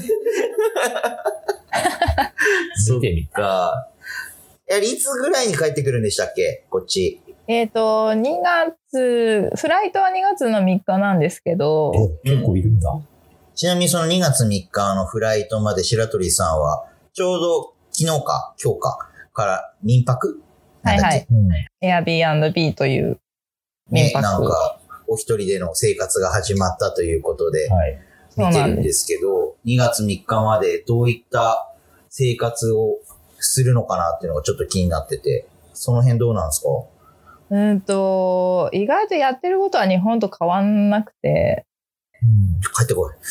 そっか。いや、いつぐらいに帰ってくるんでしたっけ？こっち。 えっと、にがつ、フライトはにがつのみっかなんですけど。 結構いるんだ。 ちなみにそのにがつみっかのフライトまで白鳥さんは、ちょうど昨日か今日かから民泊はいはい。エアビーアンドビー という民泊。 ね、なんか、お一人での生活が始まったということで、はい、見てるんですけど、にがつみっかまでどういった生活をするのかなっていうのがちょっと気になってて、その辺どうなんですか？ うんと、意外とやってることは日本と変わんなくて。 うん、帰ってこい。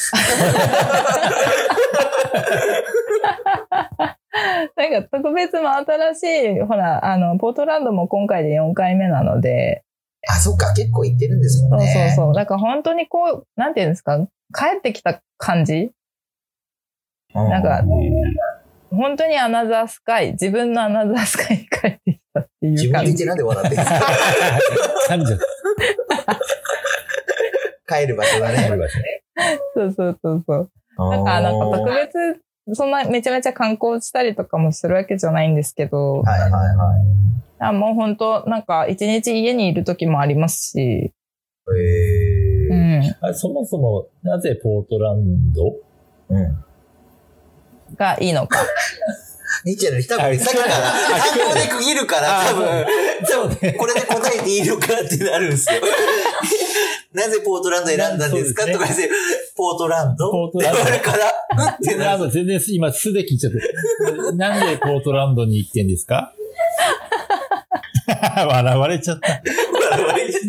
なんか特別も新しい、ほら、あの、ポートランドも今回でよんかいめなので。 あ、そっか、結構行ってるんですもんね。 そうそうそう。だから本当にこう、なんていうんですか、帰ってきた感じ、うん、なんか、本当にアナザースカイ、自分のアナザースカイに帰ってきたっていう感じ。 自分で言ってなんで笑ってるんですか？ 感じ帰る場所だね。帰る場所。 そうそうそうそう。だからなんか特別、そんなめちゃめちゃ観光したりとかもするわけじゃないんですけど。 はいはいはい。 あ、もう本当なんか一日家にいる時もありますし。へー。うん。あれ、そもそもなぜポートランド、 うん、 がいいのか。 ニッチェの人多分さっきから単語で区切るから多分、多分これで答えていいのかってなるんですよ。なぜポートランド選んだんですか、ね、とか言って、ポートランドポートランド。 これから、ってなる。 全然今すで聞いちゃって。なんでポートランドに行ってんですか？笑われちゃった。笑われちゃった。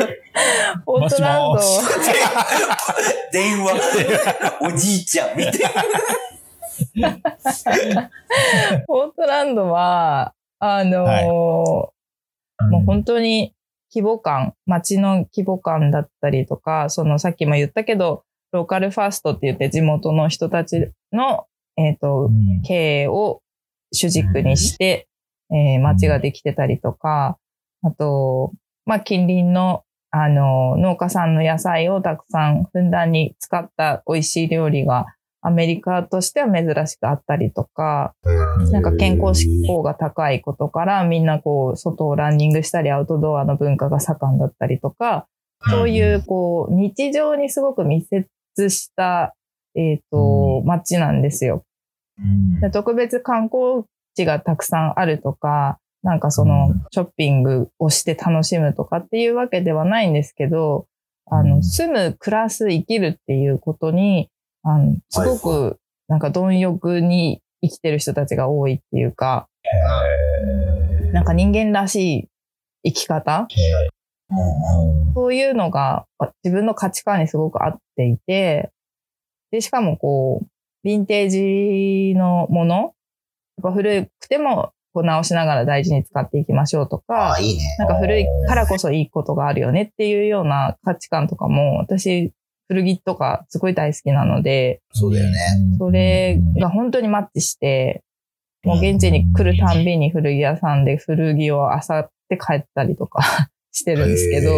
ポートランド。 電話。おじいちゃんみたいな。 ポートランドは、あのーはい、もう本当に規模感、街の規模感だったりとか、そのさっきも言ったけど、ローカルファーストって言って地元の人たちの、えっと、うん、経営を主軸にして、うん、えー、街ができてたりとか、あと、まあ、近隣の、あの、農家さんの野菜をたくさんふんだんに使った美味しい料理がアメリカとしては珍しくあったりとか、なんか健康志向が高いことからみんなこう外をランニングしたりアウトドアの文化が盛んだったりとか、そういうこう日常にすごく密接したえっと街なんですよ。で特別観光地がたくさんあるとか、なんかそのショッピングをして楽しむとかっていうわけではないんですけど、あの住む、暮らす、生きるっていうことにあのすごくなんか貪欲に生きてる人たちが多いっていうか、なんか人間らしい生き方うんうん、そういうのが自分の価値観にすごく合っていて、で、しかもこう、ヴィンテージのもの、やっぱ古くてもこう直しながら大事に使っていきましょうとか、 あ、いいね。 なんか古いからこそいいことがあるよねっていうような価値観とかも、私、古着とかすごい大好きなので、 そうだよね。 それが本当にマッチして、もう現地に来るたんびに古着屋さんで古着を漁って帰ったりとかしてるんですけど、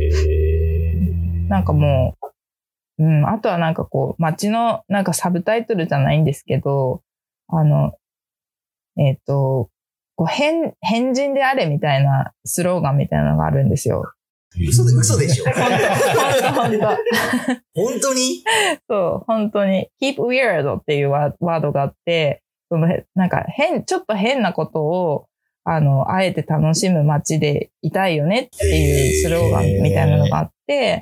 なんかもう、うん、あとはなんかこう、街のなんかサブタイトルじゃないんですけど、あの、えっと、こう変、変人であれみたいなスローガンみたいなのがあるんですよ。 嘘で、嘘でしょ本当、本当、本当。 本当にそう、本当に。keep weird っていうワードがあって、その、なんか変、ちょっと変なことを、あの、あえて楽しむ街でいたいよねっていうスローガンみたいなのがあって、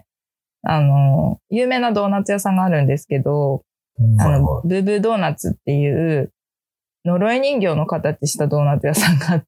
あの、有名なドーナツ屋さんがあるんですけど、あの、ブーブードーナツっていう、呪い人形の形したドーナツ屋さんがあって、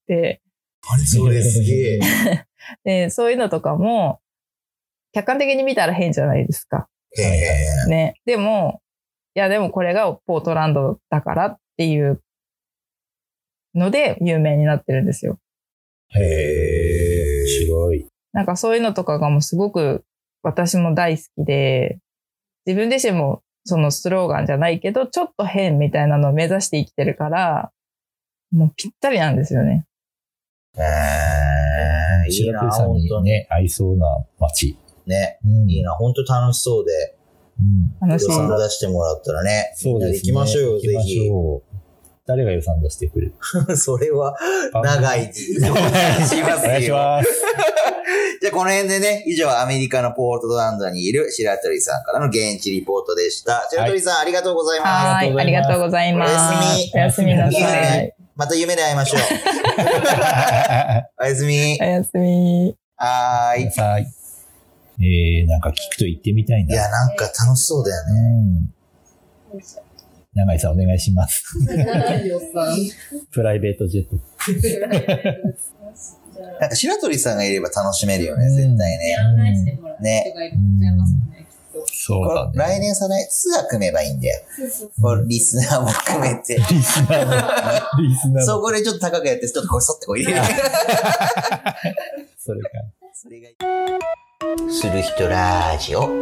あれそれすげえ。 で、そういうのとかも、客観的に見たら変じゃないですか。 へえ。 ね。でも、いやでもこれがポートランドだからっていうので有名になってるんですよ。 へえ。面白い。 なんかそういうのとかがもうすごく私も大好きで、自分自身もそのスローガンじゃないけど、ちょっと変みたいなのを目指して生きてるから、もうぴったりなんですよね。 へー、いいな、 さんにね、合いそうな街。 ね、うん、いいな、本当楽しそうで。 うん、楽しい。 予算出してもらったらね。 そうですね。 行きましょうよ、ぜひ。 誰が予算出してくれるそれは、長い。お願いしますよ。お願いします。じゃあ、この辺でね、以上、アメリカのポートランドにいる白鳥さんからの現地リポートでした。白鳥さん、はい、ありがとうございます。 はい、ありがとうございます。 おやすみ。 おやすみなさい。 また夢で会いましょう。おやすみ。 おやすみ。 はーい。 はい。えー、なんか聞くと行ってみたいな。 いや、なんか楽しそうだよね。 うん。長井さんお願いします。プライベートジェット。 なんか白鳥さんがいれば楽しめるよね、絶対ね。ね。 そうだね。 来年さね、ツアー組めばいいんだよ。これリスナーも含めて。リスナーも。 リスナーも。 そこでちょっと高くやって、ちょっとこう、そってこう入れる。 それか。 それがいい。する人ラジオ。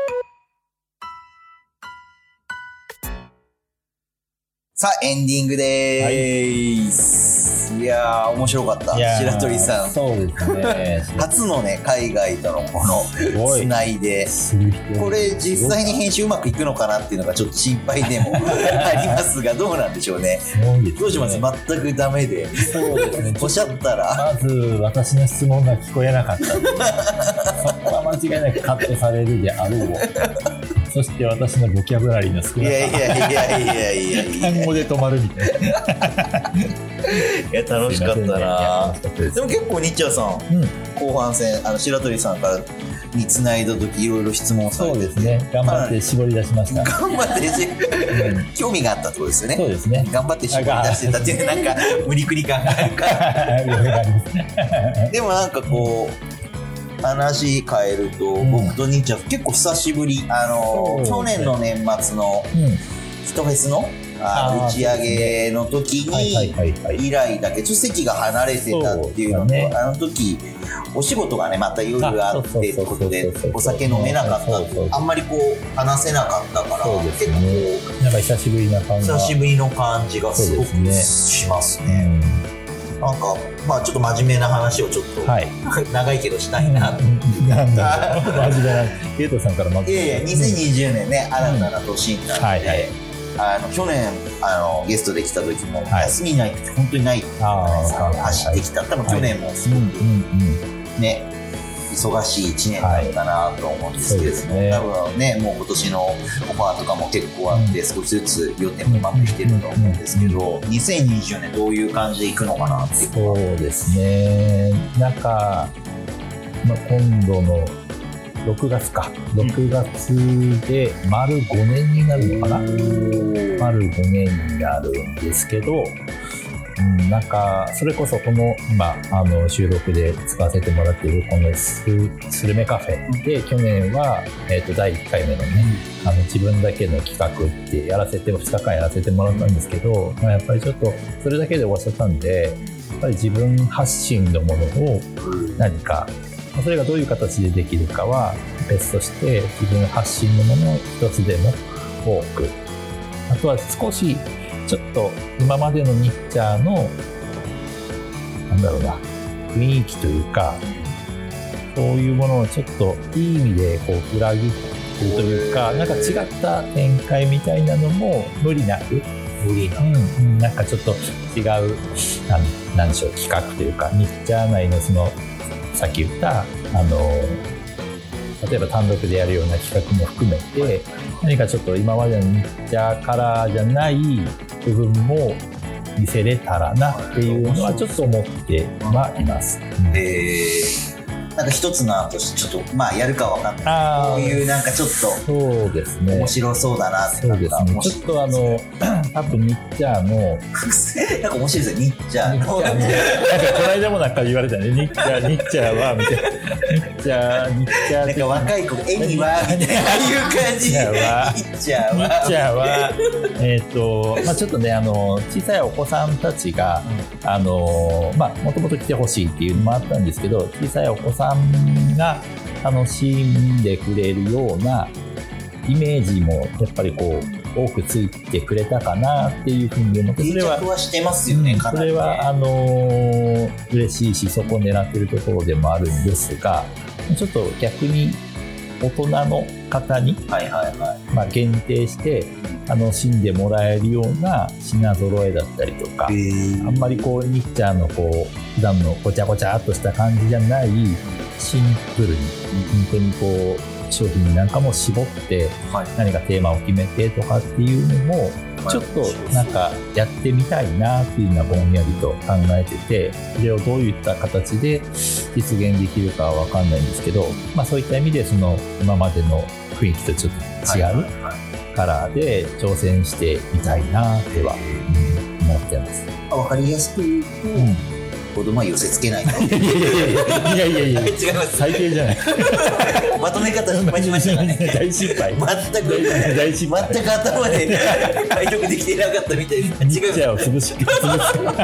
さあ、エンディングでーす。はい、いやー、面白かった。白鳥さん。 そうですね。 初のね、海外とのこの、つないで。これ、実際に編集うまくいくのかなっていうのがちょっと心配でもありますが、どうなんでしょうね。どうします？全くダメで。 そうですね。 おっしゃったら。 まず、私の質問が聞こえなかった。そこは間違いなくカットされるであろう。そして私のボキャブラリーの少なさ。いやいやいやいやいやいや。 単語で止まるみたいな。いや、楽しかったな。でも結構、ニッチャーさん、うん、後半戦、あの、白鳥さんからに繋いだ時いろいろ質問されてて。 そうですね。頑張って絞り出しました。 頑張ってし、うん、興味があったってことですよね。 そうですね。 頑張って絞り出してたっていう、なんか、無理くり感があるから。でもなんかこう、話変えると、うん、僕と兄ちゃん結構久しぶり、あの、ね、去年の年末のヒトフェスの、あの打ち上げの時に以来だけちょっと席が離れてたっていうのと、ね、あの時お仕事がねまた夜あってってことでお酒飲めなかったってあんまりこう話せなかったから、 結構こうなんか久しぶりな感じ久しぶりの感じがすごくしますね。なんか、まあちょっと真面目な話をちょっと、はい、長いけどしたいなと。 なんだろう、真面目な。ケイトさんからまず。 いやいや、にせんにじゅうねんね、うん、新たな年になって、はいはい、あの去年あのゲストできた時も、はい、休みないって本当にないじゃないですか、走ってきた。多分去年もすごく、ね、忙しいいちねんだったなと思うんですけれども、はいね、多分ね、もう今年のオファーとかも結構あって、うん、少しずつ予定も埋まってきてると思うんですけど、にせんにじゅうねんどういう感じでいくのかなっていう。 そうですね。なんか、まあ、今度のろくがつか。ろくがつで丸ごねんになるのかな。丸ごねんになるんですけど、 うん、なんかそれこそこの今あの収録で使わせてもらっているこのススルメカフェで、去年は、えー、とだいいっかいめのね、うん、あの自分だけの企画ってやらせてふつかかんやらせてもらったんですけど、まあ、やっぱりちょっとそれだけで終わっちゃったんで、やっぱり自分発信のものを何か、それがどういう形でできるかは別として、自分発信のものを一つでも多く、あとは少しちょっと今までのニッチャーのなんだろうな雰囲気というか、そういうものをちょっといい意味でこう裏切ってるというか、なんか違った展開みたいなのも無理なく、無理な、うん、なんかちょっと違うなんなんでしょう、企画というか、ニッチャー内のそのさっき言ったあの例えば単独でやるような企画も含めて、何かちょっと今までのニッチャーカラーじゃない部分も見せれたらなっていうのはちょっと思ってはいます。 えーなんか一つの案としてちょっとまあやるかは分かんない、こういうなんかちょっとそうですね、 面白そうだなって。 そうですね、ちょっとあの多分ニッチャーのなんか面白いですよ、ニッチャーのなんかこの間もなんか言われたね、ニッチャーニッチャーはみたいな、ニッチャーニッチャーなんか若い子絵にはみたいなああいう感じで、ニッチャーはニッチャーはえっとまあちょっとね、あの小さいお子さんたちが、うん、あのまあもともと来てほしいっていうのもあったんですけど、小さいお子さんが楽しんでくれるようなイメージもやっぱりこう多くついてくれたかなっていうふうに思って、それは定着はしてますよね、かなりね。 それはあのー、嬉しいし、そこを狙ってるところでもあるんですが、ちょっと逆に大人の方に、はいはいはいまあ、限定して楽しんでもらえるような品揃えだったりとか、あんまりこうニッチャーのこう普段のごちゃごちゃっとした感じじゃないシンプルに、本当にこう商品なんかも絞って何かテーマを決めてとかっていうのもちょっとなんかやってみたいなっていうのはぼんやりと考えてて、それをどういった形で実現できるかは分かんないんですけど、まあそういった意味でその今までの雰囲気とちょっと違うカラーで挑戦してみたいなっては、うん、思ってます。 分かりやすく言うと、うん子供は寄せつけないの。 いやいやいやいやいやいや違います。最低じゃない。 まとめ方失敗しましたね。 大失敗。 全く大失敗。全く頭で解読できていなかったみたいな。 違う。じゃあ潰し潰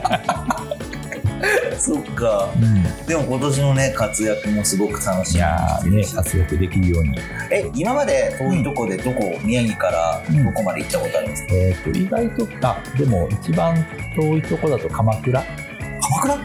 す。そっか、うん。でも今年のね活躍もすごく楽しみ。いやね活躍できるように。 え今まで遠いとこでどこ、うん、宮城からどこまで行ったことありますか？ うん、えっ、ー、と意外とあでも一番遠いとこだと鎌倉。 鎌倉？うん。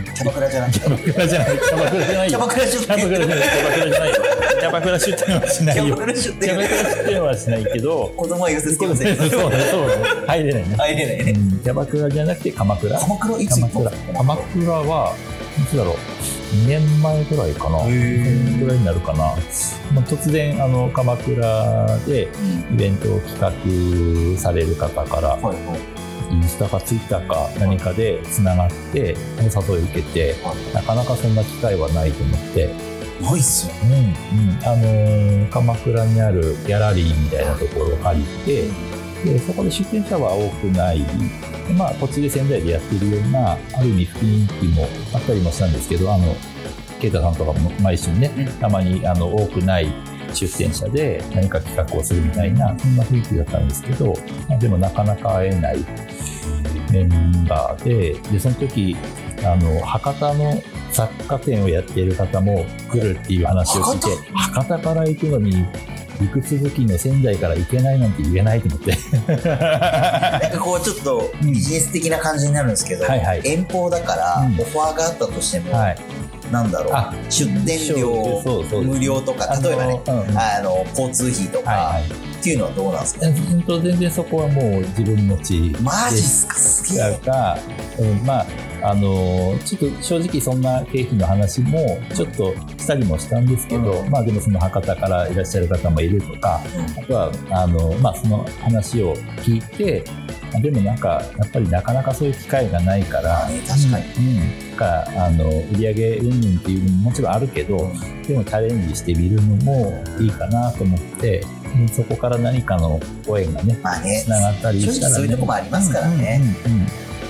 キャバクラじゃない。 キャバクラじゃない。キャバクラじゃない。 キャバクラ出店。 キャバクラじゃない。キャバクラじゃないよ。キャバクラ出店はしないよ。 キャバクラ出店。 キャバクラ出店はしないけど。 子供は寄せつけません。 そうそう入れないね。 入れないね。 うん、キャバクラじゃなくて鎌倉。 鎌倉いつ行ったの？ 鎌倉はいつだろう。にねんまえぐらいかな。にねんぐらいになるかな。まあ、突然あの鎌倉でイベントを企画される方から。はいはいインスタかツイッターか何かでつながってお誘いを受けて、なかなかそんな機会はないと思ってないっすよね、 うんうんあのー、鎌倉にあるギャラリーみたいなところを借りてでそこで出店者は多くないまあこっちで仙台でやってるようなある意味雰囲気もあったりもしたんですけどあの啓太さんとかも、まあ、一緒にね、うん、たまにあの多くない出店者で何か企画をするみたいなそんな雰囲気だったんですけど、まあ、でもなかなか会えないメンバーで、でその時あの博多の雑貨店をやっている方も来るっていう話を聞いて博多から行くのに陸続きの仙台から行けないなんて言えないと思ってなんかこうちょっとビジネス的な感じになるんですけど、うんはいはい、遠方だからオファーがあったとしても、うんはいなんだろう出店料無料とか例えばねあの、うん、あの交通費とか、はいはい、っていうのはどうなんですか？ 全然そこはもう自分持ちでマジっすかすげえか、うん、まああのちょっと正直そんな経費の話もちょっとしたりもしたんですけど、うん、まあでもその博多からいらっしゃる方もいるとか、うん、あとはあの、まあ、その話を聞いてでもなんかやっぱりなかなかそういう機会がないから、 ね、確かに、 うん、かあの売上云々っていうのももちろんあるけど、うん、でもチャレンジしてみるのもいいかなと思って、うん、そこから何かのご縁がね、 まあね、 つながったりしたら、ね、 正直そういうとこもありますからね。 うんうんうんうん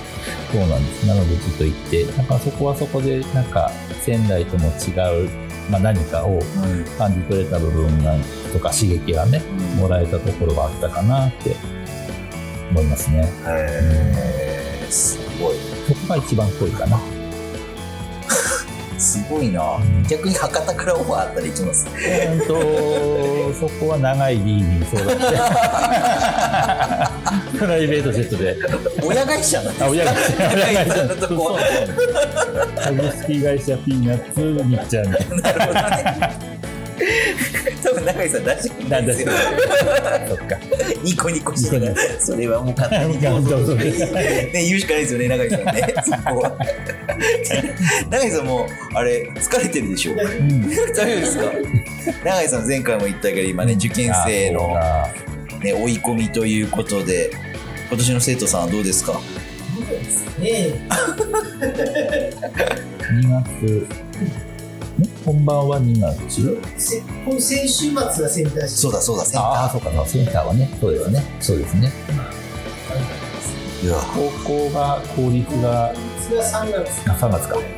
そうなんです。なのでちょっと行って、なんかそこはそこでなんか仙台とも違う、まあ、何かを感じ取れた部分がとか刺激がね、うん、もらえたところがあったかなって思いますね。 へー、すごい。 そこが一番濃いかな。 すごいな、うん、逆に博多からオファーあったら行きます。 えーとそこは長いリーにそうだってプライベートジェットで親会社なんですか。 あ、親会社親会社のとこ株式会社ピーナッツに行っちゃうみたいな。 なるほどね。多分永井さん出してくるんですよ。 そっか。 ニコニコしながら、それはもう勝手にどうぞね、言うしかないですよね、永井さんね。そこは。永井さんもあれ疲れてるでしょ。うん、大丈夫ですか。永井さん前回も言ったけど今ね受験生のね追い込みということで、今年の生徒さんはどうですか。 そうですね。 にがつ。本番はにがつ。 この先週末がセンター試験。 そうだそうだ、センター。 ああ、そうか、センターはね。そうですね。そうですね。 いや、 高校が、公立が。 公立がさんがつ。 あ、さんがつか。うん。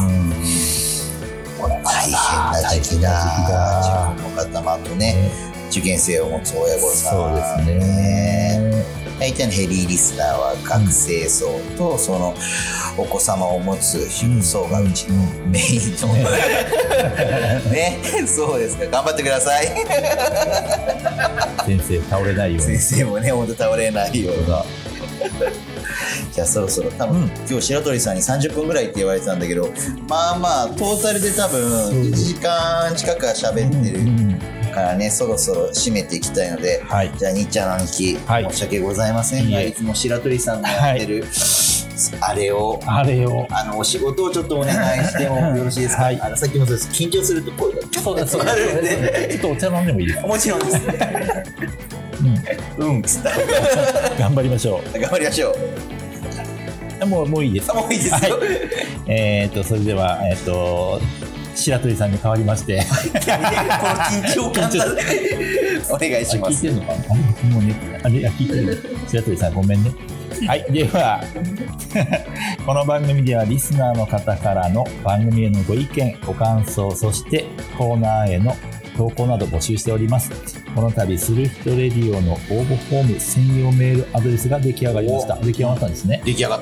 これ大変な時期だ。自分の方もあとね、受験生を持つ親御さん。 そうですね。 大体のヘビーリスナーは学生層と、うん、そのお子様を持つ層がうちのメインの、うん、ね、そうですか、頑張ってください。 先生倒れないように。 先生もね、本当倒れないように。じゃあそろそろ多分、うん、今日白鳥さんにさんじゅっぷんぐらいって言われてたんだけど、まあまあトータルで多分いちじかん近くは喋ってる。うんうんからね、そろそろ締めていきたいので、はい、じゃあにっちゃんの兄貴、はい、申し訳ございませんが、いつも白鳥さんがやってる、はい、あれをあれをあのお仕事をちょっとお願いしてもよろしいですか。はい、あのさっきもそうです、緊張すると声がそうだそうだそうだちょっとお茶飲んでもいいですか。 もちろんですうんうんつった頑張りましょう頑張りましょう。もうもういいです。 もういいですよ。はい、 えっとそれではえっ、ー、と白鳥さんに代わりましてこの緊張感がお願いします。 聞いてるのかな。もうね、あれ聞いてる。白鳥さんごめんね。はい、ではこの番組ではリスナーの方からの番組へのご意見ご感想、そしてコーナーへの投稿など募集しております。この度する人レディオの応募フォーム専用メールアドレスが出来上がりました。出来上がったんですね。 出来上がった。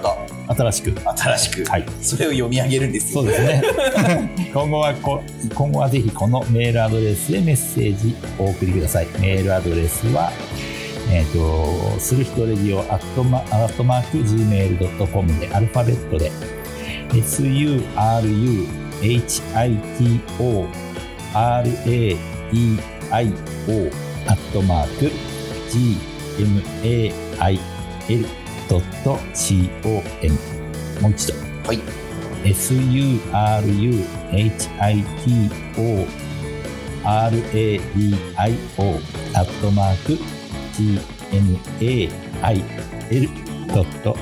新しく新しく、 はい、 それを読み上げるんですよ。 そうですね今後はこ今後はぜひこのメールアドレスへメッセージお送りください。メールアドレスはえっ、ー、とする人レディオアットマアットマーク ジーメールドットコム でアルファベットで エスユーアールユーエイチアイティーオーアールエーディーアイオーアットマーク ジーエムエーアイエルドットコム もう一度、 はい、 エスユーアールユーエイチアイティーオーアールエーディーアイオーアットマーク ジーエムエーアイエルドット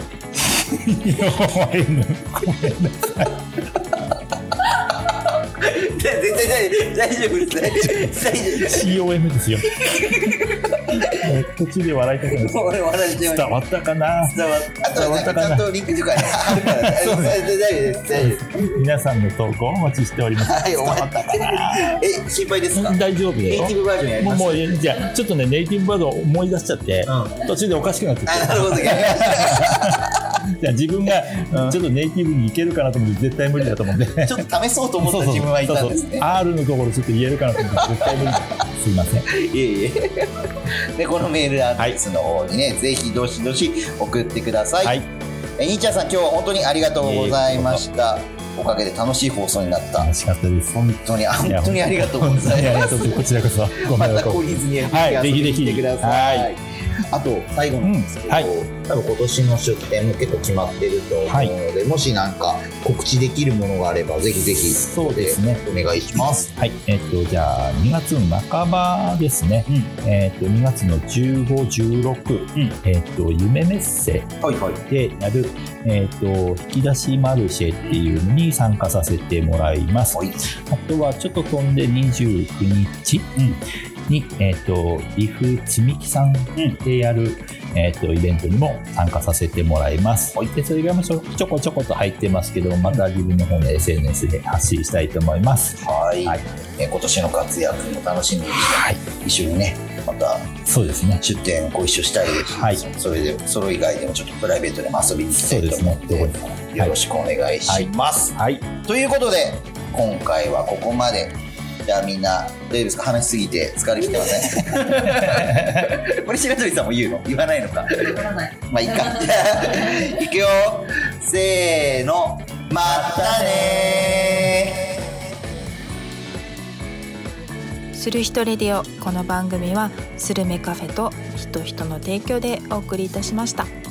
ごめんなさい絶対大丈夫です。大丈夫。 シーオーエム ですよ。途中で笑いたくない。 俺笑いて伝わったかな。 伝わったかな。ちゃんとリンクとかあるから。そうです。大丈夫です。大丈夫です。 皆さんの投稿お待ちしております。 はい、 伝わったかな。 え、心配ですか。 大丈夫だよ。 ネイティブバージョンやります。 もうもうじゃあちょっとねネイティブバージョン思い出しちゃって、うん、途中でおかしくなってて。 なるほど。 じゃあ自分がちょっとネイティブにいけるかなと思って絶対無理だと思うんで、 ちょっと試そうと思った自分はいたんですね。 そうそうそう R のところちょっと言えるかなと思って絶対無理だ。すいません。 いえいえ。でこのメールアドレスの方にね、はい、ぜひどしどし送ってください。はい、えにーちゃんさん今日は本当にありがとうございました。おかげで楽しい放送になった。 楽しかったです。 本当に本当にありがとうございます。 ありがとうこちらこそ。ごまた懲りずに遊びに来てください。はい、あと最後なんですけど、うんはい、多分今年の出展も結構決まってると思うので、はい、もしなんか告知できるものがあればぜひぜひそうですねお願いします。 はい、えっとじゃあにがつの半ばですね。うん、えっとにがつのじゅうご、じゅうろく、うん、えっと夢メッセでやる、えっと引き出しマルシェっていうのに参加させてもらいます。はい、あとはちょっと飛んでにじゅうくにち。うんに、えっと、リフ積み木さんでやる、うん、えっと、イベントにも参加させてもらいます。で、それがもちょこちょこと入ってますけど、また自分の方の エスエヌエス で発信したいと思います。 はい。はい、え今年の活躍も楽しみにして、はい、一緒にね、また、 そうですね。 出店ご一緒したいです。はい。それで、それ以外でもちょっとプライベートでも遊びに行きたいと思って、ね、よろしくお願いします。はい。はい、ということで、今回はここまで。じゃあみんな、どうですか？話しすぎて疲れてきてません？これ白鳥さんも言うの？言わないのか？ 言わない。 まあいいか。いくよ。せーの。またねー。する人レディオ。この番組はスルメカフェと人人の提供でお送りいたしました。